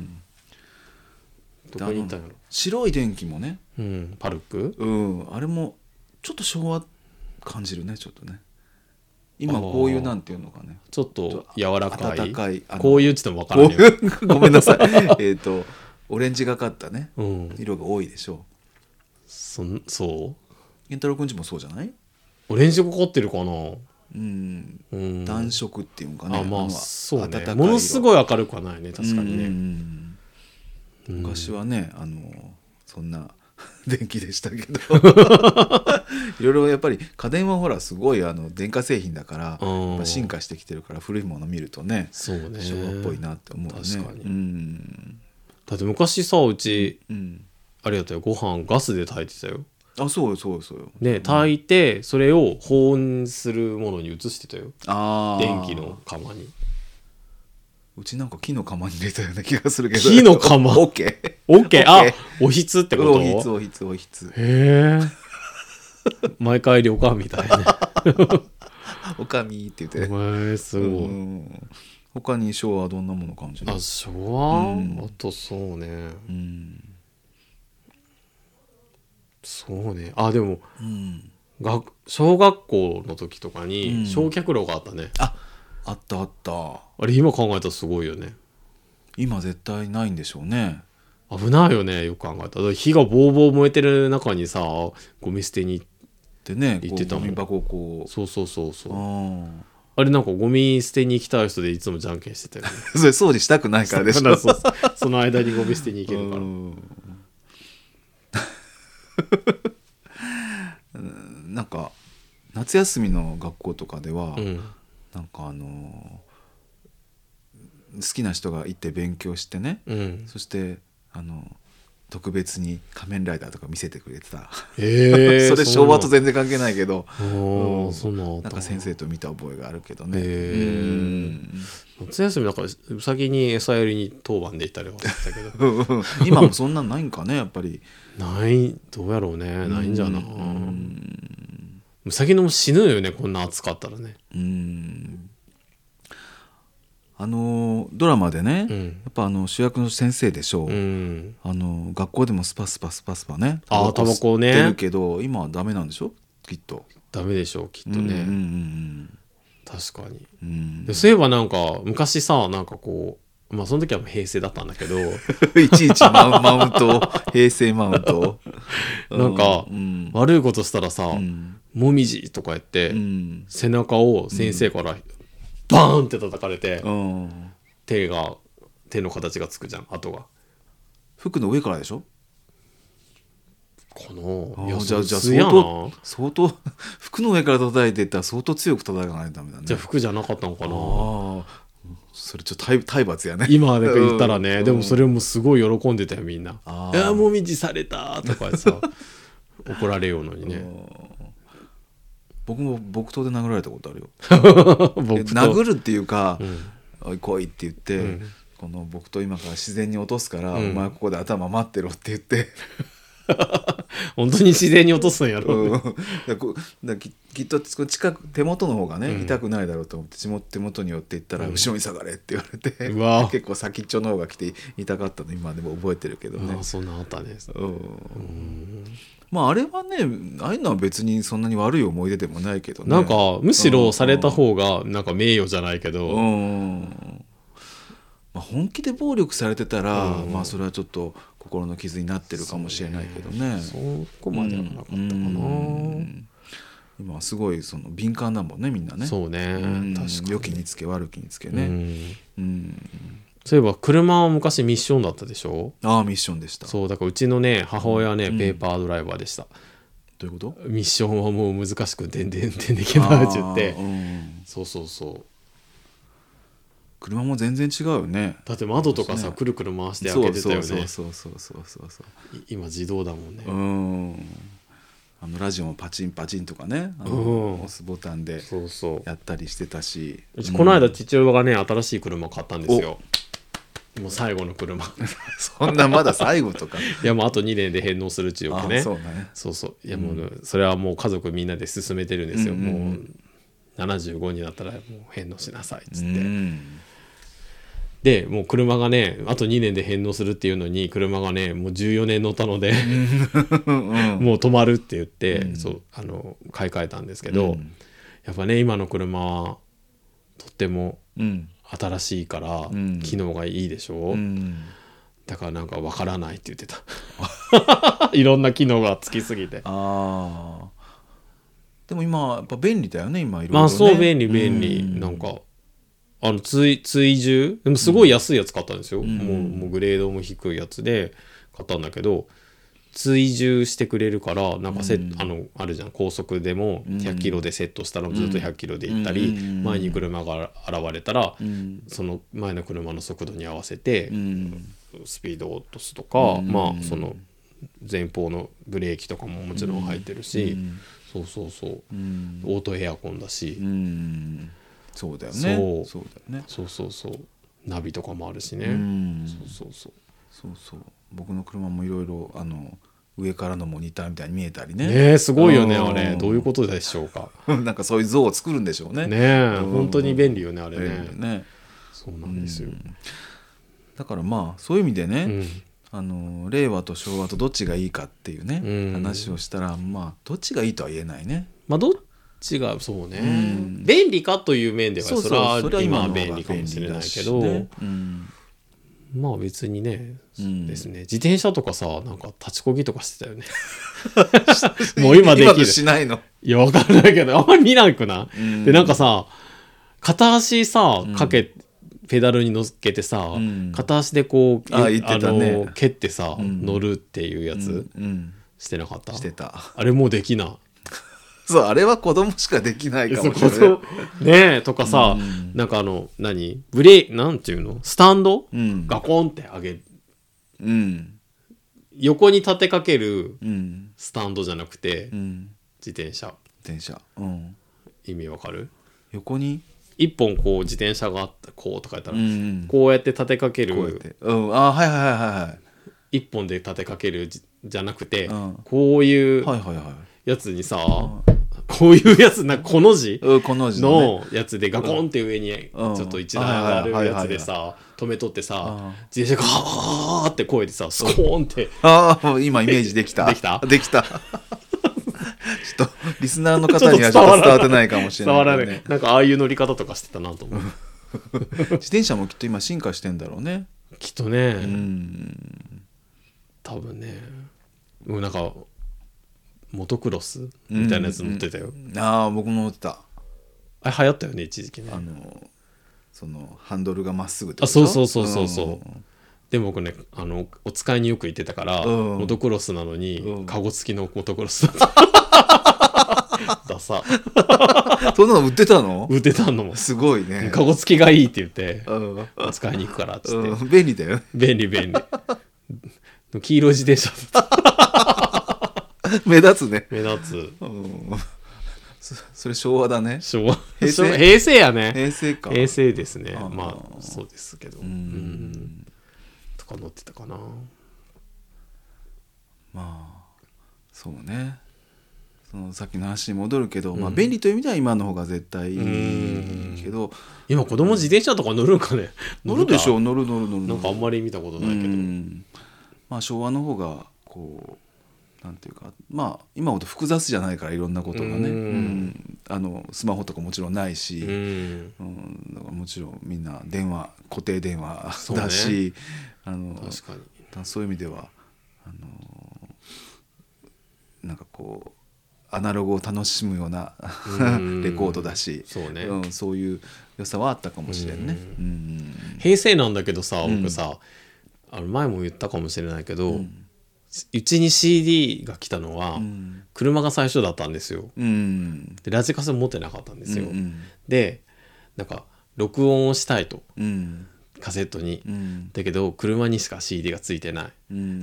どこにいたんやろ。白い電気もね、 パルク、 あれもちょっと昭和感じるね、ちょっとね。今こういうなんていうのかね、 ちょっと柔らかい、 温かい、 こういうって言っても分からないよ。 ごめんなさい。オレンジがかったね、色が多いでしょ。 そう健太郎くんちもそうじゃない？ オレンジがかってるかな。 暖色っていうのかね。 まあそうね。ものすごい明るくはないね、確かにね。 昔はね、そんな電気でしたけどいろいろやっぱり家電はほらすごい電化製品だからやっぱ進化してきてるから古いもの見るとね、 そうね、 昭和っぽいなって思うね。 確かに、だって昔さうち、あれやったよ、ご飯ガスで炊いてたよ。 あ、そうよそうよそうよ。 で炊いてそれを保温するものに移してたよ、電気の釜に。 うちなんか木の釜に入れたような気がするけど。 木の釜オッケーあ、おひつってこと？ おひつ。 へえ毎回旅館みたいねおかみって言ってお前すごい。 他に昭和はどんなもの感じる？ あ、昭和、あとそうね、そうね、あでも、小学校の時とかに焼却炉があったね。 あったあった。 あれ今考えたらすごいよね。 今絶対ないんでしょうね。 危ないよね、よく考えたら。火がボーボー燃えてる中にさゴミ捨てに行ってね、 行ってたもん。ゴミ箱をこう。 そうあれなんかゴミ捨てに行きたい人でいつもじゃんけんしてたよねそれ掃除したくないからでしょその間にゴミ捨てに行けるからなんか夏休みの学校とかでは、なんか好きな人が行って勉強してね、そして特別に仮面ライダーとか見せてくれてたそれ昭和と全然関係ないけど、なんか先生と見た覚えがあるけどね。 夏休みなんかうさぎに餌やりに当番で行ったりはしたけど今もそんなんないんかね、やっぱり。 ない、どうやろうね、ないんじゃな。うさぎのも死ぬよね、こんな暑かったらね。 ドラマでね、やっぱ主役の先生でしょう、学校でもスパスパねタバコね吸ってるけど今はダメなんでしょ、きっと。 ダメでしょうきっとね、確かに、でそういえばなんか昔さ、なんかこうまあその時は平成だったんだけどいちいちマウント平成マウントなんか、悪いことしたらさ、もみじとか言って、背中を先生からバーンって叩かれて、手の形がつくじゃん、跡が。 服の上からでしょかな。いやじゃあ相当服の上から叩いていったら相当強く叩かないとダメだね。 じゃあ服じゃなかったのかな。 それちょっと体罰やね今で言ったらね、でもそれもすごい喜んでたよみんな。いやもみじされたとかさ怒られようのにね。 僕も木刀で殴られたことあるよ殴るっていうか、おい来いって言って、この木刀今から自然に落とすから、お前ここで頭待ってろって言って本当に自然に落とすんやろ、 きっと近く手元の方がね、痛くないだろうと思って手元に寄っていったら、後ろに下がれって言われて、結構先っちょの方が来て痛かったの今でも覚えてるけどね。 そんなあったね。 まああれはね、ああいうのは別にそんなに悪い思い出でもないけどね。 なんかむしろされた方がなんか名誉じゃないけど、 本気で暴力されてたら、まあそれはちょっと心の傷になってるかもしれないけどね。 そこまではなかったかな。 今はすごい敏感だもんね、みんなね。 そうね、確かに良きにつけ悪きにつけね。 そういえば車は昔ミッションだったでしょ。 ミッションでした。 そうだからうちのね母親はね、ペーパードライバーでした。 どういうこと？ ミッションはもう難しくてできないって言って、そう車も全然違うよね。 だって窓とかさ、くるくる回して開けてたよね。 そう今自動だもんね。 ラジオもパチンパチンとかね、押すボタンでやったりしてたし、 この間父親がね新しい車を買ったんですよ。もう最後の車そんなまだ最後とかいやもうあと2年で返納するっちゅうわけね。そういやもう、それはもう家族みんなで進めてるんですよ。もう75になったらもう返納しなさいっつって、でもう車がねあと2年で返納するっていうのに車がねもう14年乗ったのでもう止まるって言って、買い替えたんですけど、やっぱね今の車はとっても新しいから、機能がいいでしょ、だからなんかわからないって言ってたいろんな機能がつきすぎて。 でも今やっぱ便利だよね、今いろいろね。 そう便利、なんか追従でもすごい安いやつ買ったんですよ、もうグレードも低いやつで買ったんだけど、 追従してくれるからなんかあるじゃん、高速でも100キロでセットしたらずっと100キロで行ったり、前に車が現れたら、その前の車の速度に合わせてスピードを落とすとか、まあその前方のブレーキとかももちろん入ってるし、そうそうそう、オートエアコンだし、 そうだよね。 そうそうそう、ナビとかもあるしね。 そう僕の車もいろいろ上からのモニターみたいに見えたりね。 すごいよねあれ。どういうことでしょうか。 なんかそういう像を作るんでしょうね。 本当に便利よねあれね。そうなんですよ。 だからまあそういう意味でね、令和と昭和とどっちがいいかっていうね、話をしたらまあどっちがいいとは言えないね。 まあどっちがそうね、便利かという面ではそれは今は便利かもしれないけど、まあ別にね、ですね。自転車とかさ、なんか立ちこぎとかしてたよね。もう今できる。 今しないの？ いやわかんないけどあんまり見なくない？でなんかさ、片足さペダルに乗っけてさ、片足でこう蹴ってさ、乗るっていうやつ、してなかった？ してた。 あれもうできない。 そう、あれは子供しかできないかもしれないねえとかさ、なんかブレーなんていうの、スタンド、ガコンって上げる、横に立てかけるスタンドじゃなくて、自転車、意味わかる？ 横に一本こう自転車があったこうとかやったら、こうやって立てかける、一本で立てかけるじゃなくて、こういうやつにさ、こういうやつこの字のやつでガコンって上にちょっと一段上がるやつでさ止めとってさ、自転車がはーって声でさスコーンって、 今イメージできたちょっできたとリスナーの方にはちょっと伝わってないかもしれない、 伝わらない。なんかああいう乗り方とかしてたなと思う。 自転車もきっと今進化してんだろうね、 きっとね。多分ね、なんかモトクロスみたいなやつ乗ってたよ。 僕も乗ってた。 あれ流行ったよね一時期ね。 そのハンドルがまっすぐってこと？そう。でも僕ねお使いによく行ってたから、モトクロスなのにカゴ付きのモトクロスだった。ダサ。 そんなの売ってたの？ 売ってたのもすごいね。 カゴ付きがいいって言ってお使いに行くからっつって。 便利だよね。 便利。黄色い自転車だった。 目立つね。 目立つ。それ昭和だね。 昭和。平成やね。 平成か。 平成ですね。まあそうですけど。とか乗ってたかな。 まあそうね。そのさっきの話に戻るけど、便利という意味では今の方が絶対いいけど、 今子供自転車とか乗るんかね。 乗るでしょう。乗る。 なんかあんまり見たことないけど。 まあ昭和の方がこうなんていうか、まあ今ほど複雑じゃないからいろんなことがね、スマホとかもちろんないし、だからもちろんみんな固定電話だし、 確かにそういう意味ではなんかこうアナログを楽しむようなレコードだし、そういう良さはあったかもしれんね。 平成なんだけどさ、僕さ前も言ったかもしれないけど、うちに CD が来たのは車が最初だったんですよ。でラジカセ持ってなかったんですよ。でなんか録音をしたいと、カセットに、だけど車にしか CD がついてない、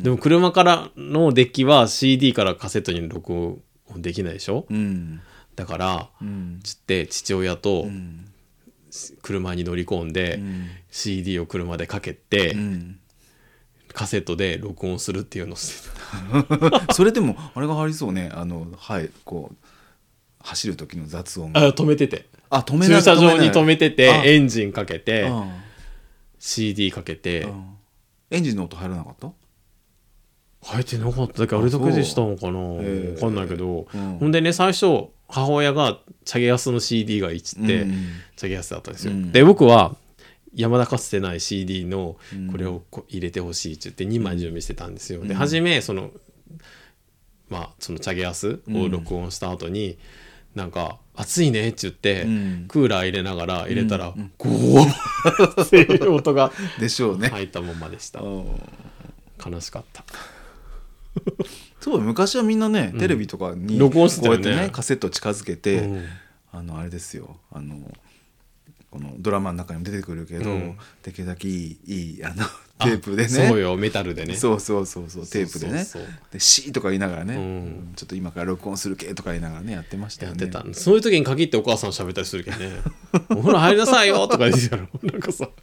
でも車からのデッキは CD からカセットに録音できないでしょ、だから、つって父親と車に乗り込んで、CD を車でかけて、カセットで録音するっていうのをしてた。それでもあれがありそうね。こう走る時の雑音が止めてて、 駐車場に止めてて、エンジンかけて、CD かけて、 エンジンの音入らなかった？ 入ってなかった。だけどあれだけでしたのかな、分かんないけど、ほんでね、最初母親がチャゲヤスの CD がいいっつって、チャゲヤスだったんですよ。で僕は山田かつてない CD のこれを入れてほしいって言って2枚準備してたんですよ。で初めそのチャゲヤスを録音した後に、なんか暑いねって言って、クーラー入れながら入れたら、ゴーっていう音がでしょうね。 入ったままでした。悲しかった。 そう昔はみんなね、テレビとかに録音してたよね、 こうやってねカセット近づけて、あれですよ、このドラマの中にも出てくるけど、できるだけいいテープでね、 そうよ、メタルでね、 そうテープでね、でシーとか言いながらね、ちょっと今から録音するけとか言いながらねやってましたよね。 やってた。そういう時に限ってお母さん喋ったりするけどねお風呂入りなさいよとか言ってたろなんかさ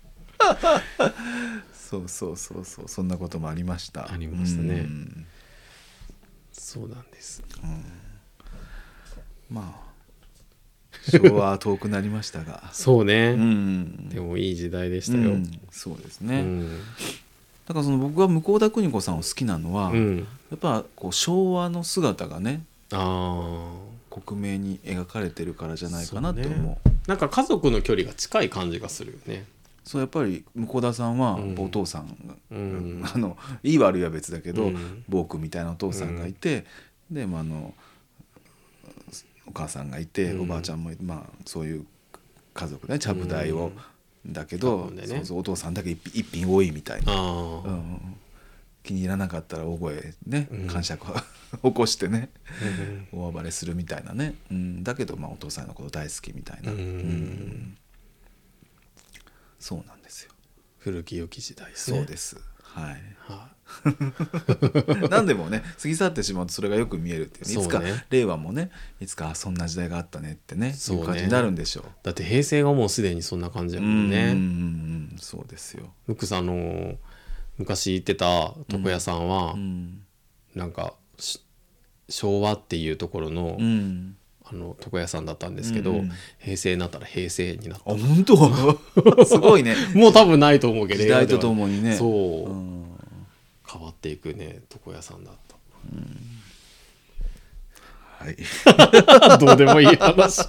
そうそんなこともありました。 ありましたね。そうなんです。 まあ昭和は遠くなりましたがそうね、でもいい時代でしたよ。 そうですね、だから僕が向田邦子さんを好きなのは、やっぱこう昭和の姿がね、克明に描かれてるからじゃないかなって思う。 なんか家族の距離が近い感じがするよね。 そうやっぱり向田さんはお父さんが、いい悪いは別だけど、暴君みたいなお父さんがいて、でお母さんがいて、おばあちゃんもそういう家族ね、ちゃぶ台を、だけど、お父さんだけ一品多いみたいな、気に入らなかったら大声ね、感触を起こしてね、大暴れするみたいなね、だけどお父さんのこと大好きみたいな、そうなんですよ。 古き良き時代ですね。 そうです、はい、何でもね過ぎ去ってしまうとそれがよく見えるっていう、いつか令和もね、いつかそんな時代があったねってね、そういう感じになるんでしょう。 だって平成がもうすでにそんな感じだもんね。 そうですよ。 ムックさん昔行ってた床屋さんは、なんか昭和っていうところの、床屋さんだったんですけど、平成になったら平成になった。 本当すごいねもう多分ないと思うけど、 時代とともにね、 そう、変わっていくね床屋さんだった、はいどうでもいい話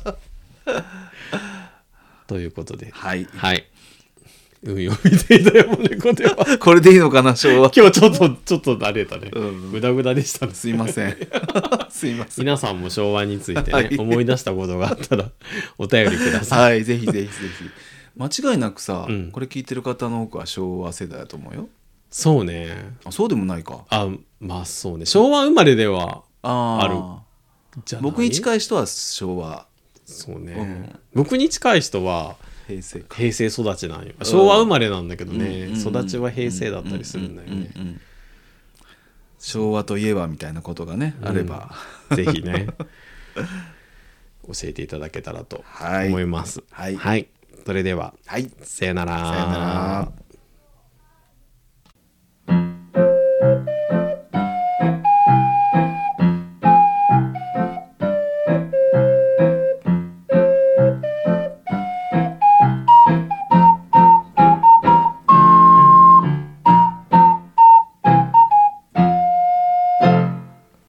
ということで、はい、海を見ていたよ猫ではこれでいいのかな、昭和。 今日ちょっと慣れたね、グダグダでしたね。 すいませんすいません。 皆さんも昭和についてね、思い出したことがあったらお便りください。 はい、ぜひ間違いなくさ、これ聞いてる方の多くは昭和世代だと思うよ。 そうね。 そうでもないか。 そうね、昭和生まれではあるじゃない。 僕に近い人は昭和。 そうね、僕に近い人は平成育ちなんよ。昭和生まれなんだけどね、育ちは平成だったりするんだよね。 昭和といえばみたいなことがね、あればぜひね教えていただけたらと思います。はい、それでは、さよなら。